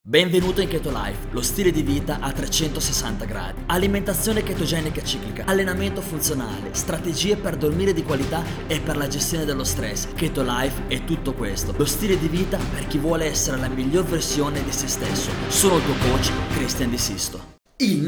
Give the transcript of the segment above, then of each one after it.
Benvenuto in Keto Life, lo stile di vita a 360 gradi. Alimentazione chetogenica ciclica, allenamento funzionale, strategie per dormire di qualità e per la gestione dello stress. Keto Life è tutto questo. Lo stile di vita per chi vuole essere la miglior versione di se stesso. Sono il tuo coach, Christian Di Sisto. Il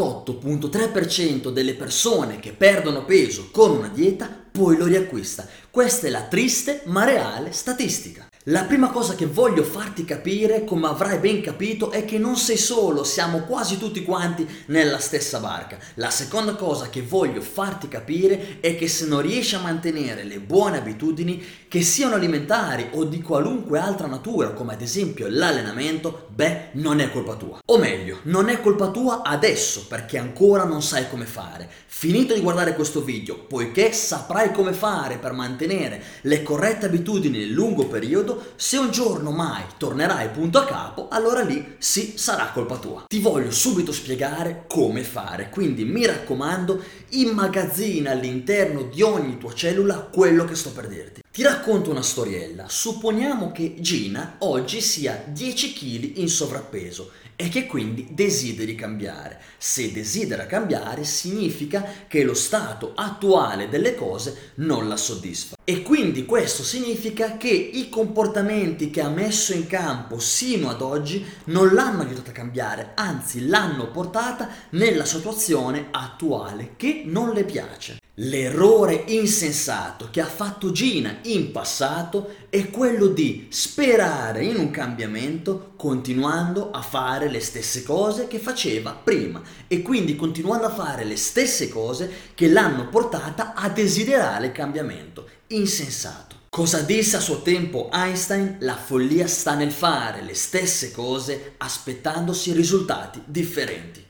98.3% delle persone che perdono peso con una dieta poi lo riacquista. Questa è la triste ma reale statistica. La prima cosa che voglio farti capire, come avrai ben capito, è che non sei solo, siamo quasi tutti quanti nella stessa barca. La seconda cosa che voglio farti capire è che se non riesci a mantenere le buone abitudini, che siano alimentari o di qualunque altra natura, come ad esempio l'allenamento, non è colpa tua. O meglio, non è colpa tua adesso, perché ancora non sai come fare. Finito di guardare questo video, poiché saprai come fare per mantenere le corrette abitudini nel lungo periodo, se un giorno mai tornerai punto a capo, allora lì sì, sarà colpa tua. Ti voglio subito spiegare come fare, quindi mi raccomando, immagazzina all'interno di ogni tua cellula quello che sto per dirti. Ti racconto una storiella. Supponiamo che Gina oggi sia 10 kg in sovrappeso e che quindi desideri cambiare. Se desidera cambiare significa che lo stato attuale delle cose non la soddisfa. E quindi questo significa che i comportamenti che ha messo in campo sino ad oggi non l'hanno aiutata a cambiare, anzi l'hanno portata nella situazione attuale che non le piace. L'errore insensato che ha fatto Gina in passato è quello di sperare in un cambiamento continuando a fare le stesse cose che faceva prima e quindi continuando a fare le stesse cose che l'hanno portata a desiderare il cambiamento. Insensato. Cosa disse a suo tempo Einstein? La follia sta nel fare le stesse cose aspettandosi risultati differenti.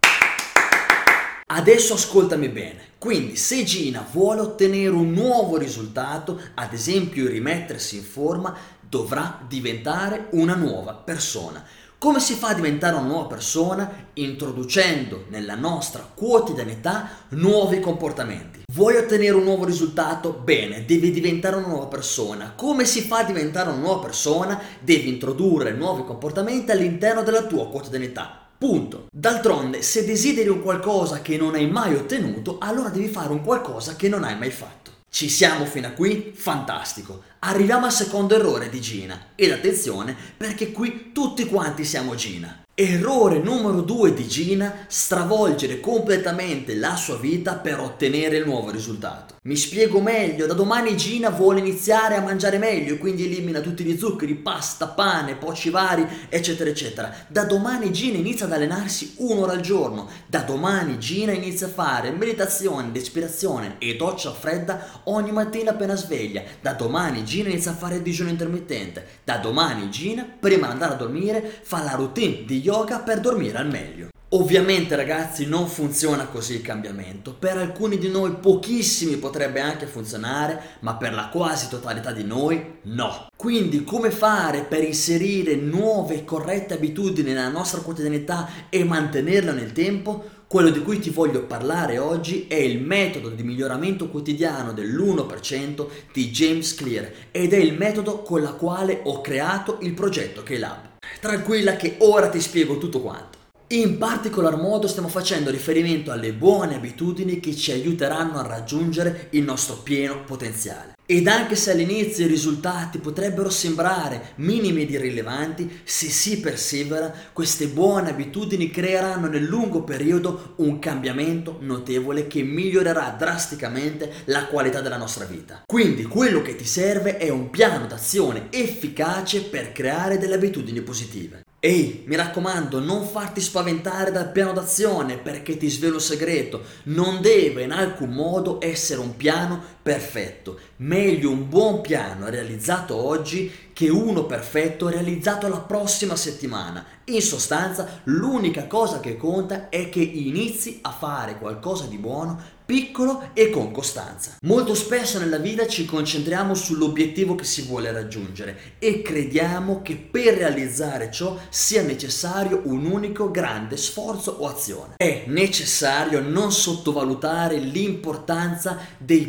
Adesso ascoltami bene, quindi se Gina vuole ottenere un nuovo risultato, ad esempio rimettersi in forma, dovrà diventare una nuova persona. Come si fa a diventare una nuova persona? Introducendo nella nostra quotidianità nuovi comportamenti. Vuoi ottenere un nuovo risultato? Bene, devi diventare una nuova persona. Come si fa a diventare una nuova persona? Devi introdurre nuovi comportamenti all'interno della tua quotidianità. Punto. D'altronde, se desideri un qualcosa che non hai mai ottenuto, allora devi fare un qualcosa che non hai mai fatto. Ci siamo fino a qui? Fantastico. Arriviamo al secondo errore di Gina. Ed attenzione, perché qui tutti quanti siamo Gina. Errore numero 2 di Gina: stravolgere completamente la sua vita per ottenere il nuovo risultato. Mi spiego meglio: da domani Gina vuole iniziare a mangiare meglio, quindi elimina tutti gli zuccheri, pasta, pane, poci vari, eccetera eccetera. Da domani Gina inizia ad allenarsi un'ora al giorno. Da domani Gina inizia a fare meditazione, respirazione e doccia fredda ogni mattina appena sveglia. Da domani Gina inizia a fare il digiuno intermittente. Da domani Gina, prima di andare a dormire, fa la routine di yoga per dormire al meglio. Ovviamente ragazzi non funziona così il cambiamento, per alcuni di noi pochissimi potrebbe anche funzionare, ma per la quasi totalità di noi no. Quindi come fare per inserire nuove e corrette abitudini nella nostra quotidianità e mantenerle nel tempo? Quello di cui ti voglio parlare oggi è il metodo di miglioramento quotidiano dell'1% di James Clear ed è il metodo con la quale ho creato il progetto K-Lab. Tranquilla che ora ti spiego tutto quanto. In particolar modo stiamo facendo riferimento alle buone abitudini che ci aiuteranno a raggiungere il nostro pieno potenziale. Ed anche se all'inizio i risultati potrebbero sembrare minimi ed irrilevanti, se si persevera, queste buone abitudini creeranno nel lungo periodo un cambiamento notevole che migliorerà drasticamente la qualità della nostra vita. Quindi quello che ti serve è un piano d'azione efficace per creare delle abitudini positive. Ehi, mi raccomando, non farti spaventare dal piano d'azione, perché ti svelo un segreto: non deve in alcun modo essere un piano perfetto. Meglio un buon piano realizzato oggi che uno perfetto realizzato la prossima settimana. In sostanza, l'unica cosa che conta è che inizi a fare qualcosa di buono, piccolo e con costanza. Molto spesso nella vita ci concentriamo sull'obiettivo che si vuole raggiungere e crediamo che per realizzare ciò sia necessario un unico grande sforzo o azione. È necessario non sottovalutare l'importanza dei piccoli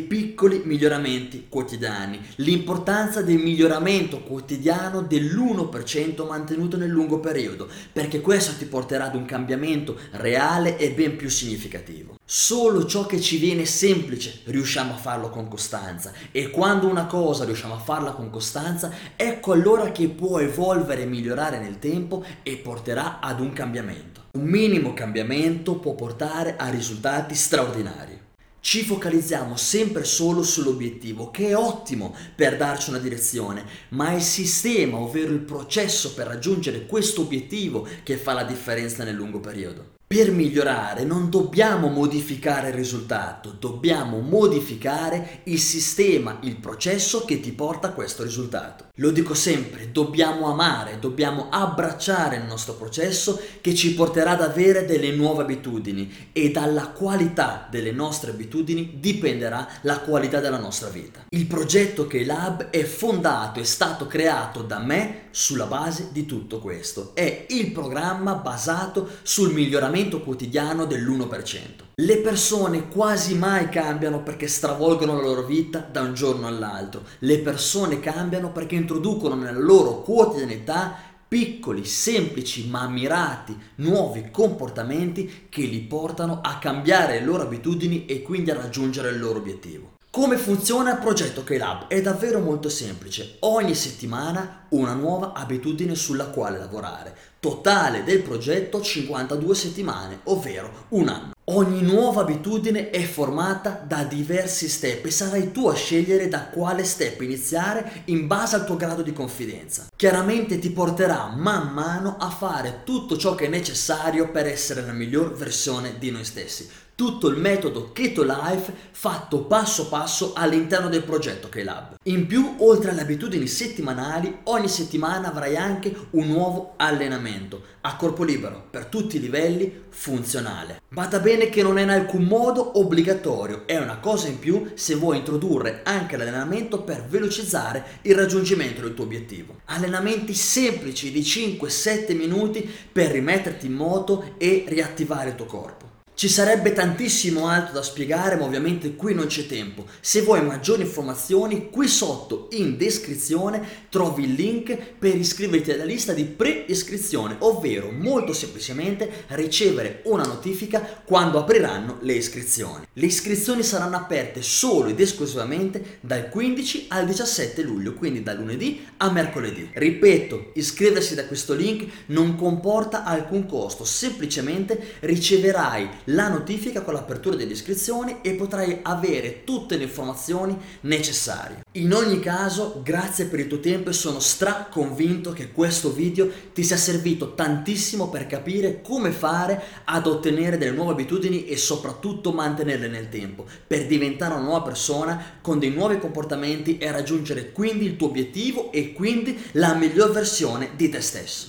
piccoli miglioramenti quotidiani, l'importanza del miglioramento quotidiano dell'1% mantenuto nel lungo periodo, perché questo ti porterà ad un cambiamento reale e ben più significativo. Solo ciò che ci viene semplice riusciamo a farlo con costanza, e quando una cosa riusciamo a farla con costanza, ecco allora che può evolvere e migliorare nel tempo e porterà ad un cambiamento. Un minimo cambiamento può portare a risultati straordinari. Ci focalizziamo sempre solo sull'obiettivo, che è ottimo per darci una direzione, ma è il sistema, ovvero il processo per raggiungere questo obiettivo, che fa la differenza nel lungo periodo. Per migliorare non dobbiamo modificare il risultato, dobbiamo modificare il sistema, il processo che ti porta a questo risultato. Lo dico sempre, dobbiamo amare, dobbiamo abbracciare il nostro processo che ci porterà ad avere delle nuove abitudini, e dalla qualità delle nostre abitudini dipenderà la qualità della nostra vita. Il progetto K-Lab è fondato, è stato creato da me sulla base di tutto questo. È il programma basato sul miglioramento quotidiano dell'1%. Le persone quasi mai cambiano perché stravolgono la loro vita da un giorno all'altro. Le persone cambiano perché introducono nella loro quotidianità piccoli, semplici ma mirati nuovi comportamenti che li portano a cambiare le loro abitudini e quindi a raggiungere il loro obiettivo. Come funziona il progetto K-Lab? È davvero molto semplice. Ogni settimana una nuova abitudine sulla quale lavorare. Totale del progetto 52 settimane, ovvero un anno. Ogni nuova abitudine è formata da diversi step e sarai tu a scegliere da quale step iniziare in base al tuo grado di confidenza. Chiaramente ti porterà man mano a fare tutto ciò che è necessario per essere la miglior versione di noi stessi. Tutto il metodo Keto Life fatto passo passo all'interno del progetto K-Lab. In più, oltre alle abitudini settimanali, ogni settimana avrai anche un nuovo allenamento a corpo libero, per tutti i livelli, funzionale. Bada bene che non è in alcun modo obbligatorio, è una cosa in più se vuoi introdurre anche l'allenamento per velocizzare il raggiungimento del tuo obiettivo. Allenamenti semplici di 5-7 minuti per rimetterti in moto e riattivare il tuo corpo. Ci sarebbe tantissimo altro da spiegare, ma ovviamente qui non c'è tempo. Se vuoi maggiori informazioni, qui sotto in descrizione trovi il link per iscriverti alla lista di pre-iscrizione, ovvero molto semplicemente ricevere una notifica quando apriranno le iscrizioni. Le iscrizioni saranno aperte solo ed esclusivamente dal 15 al 17 luglio, quindi da lunedì a mercoledì. Ripeto, iscriversi da questo link non comporta alcun costo, semplicemente riceverai la notifica con l'apertura delle iscrizioni e potrai avere tutte le informazioni necessarie. In ogni caso, grazie per il tuo tempo e sono convinto che questo video ti sia servito tantissimo per capire come fare ad ottenere delle nuove abitudini e soprattutto mantenerle nel tempo, per diventare una nuova persona con dei nuovi comportamenti e raggiungere quindi il tuo obiettivo e quindi la miglior versione di te stesso.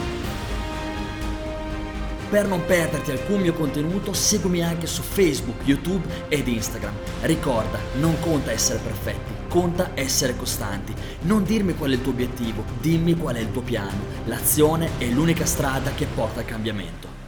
Per non perderti alcun mio contenuto, seguimi anche su Facebook, YouTube ed Instagram. Ricorda, non conta essere perfetti, conta essere costanti. Non dirmi qual è il tuo obiettivo, dimmi qual è il tuo piano. L'azione è l'unica strada che porta al cambiamento.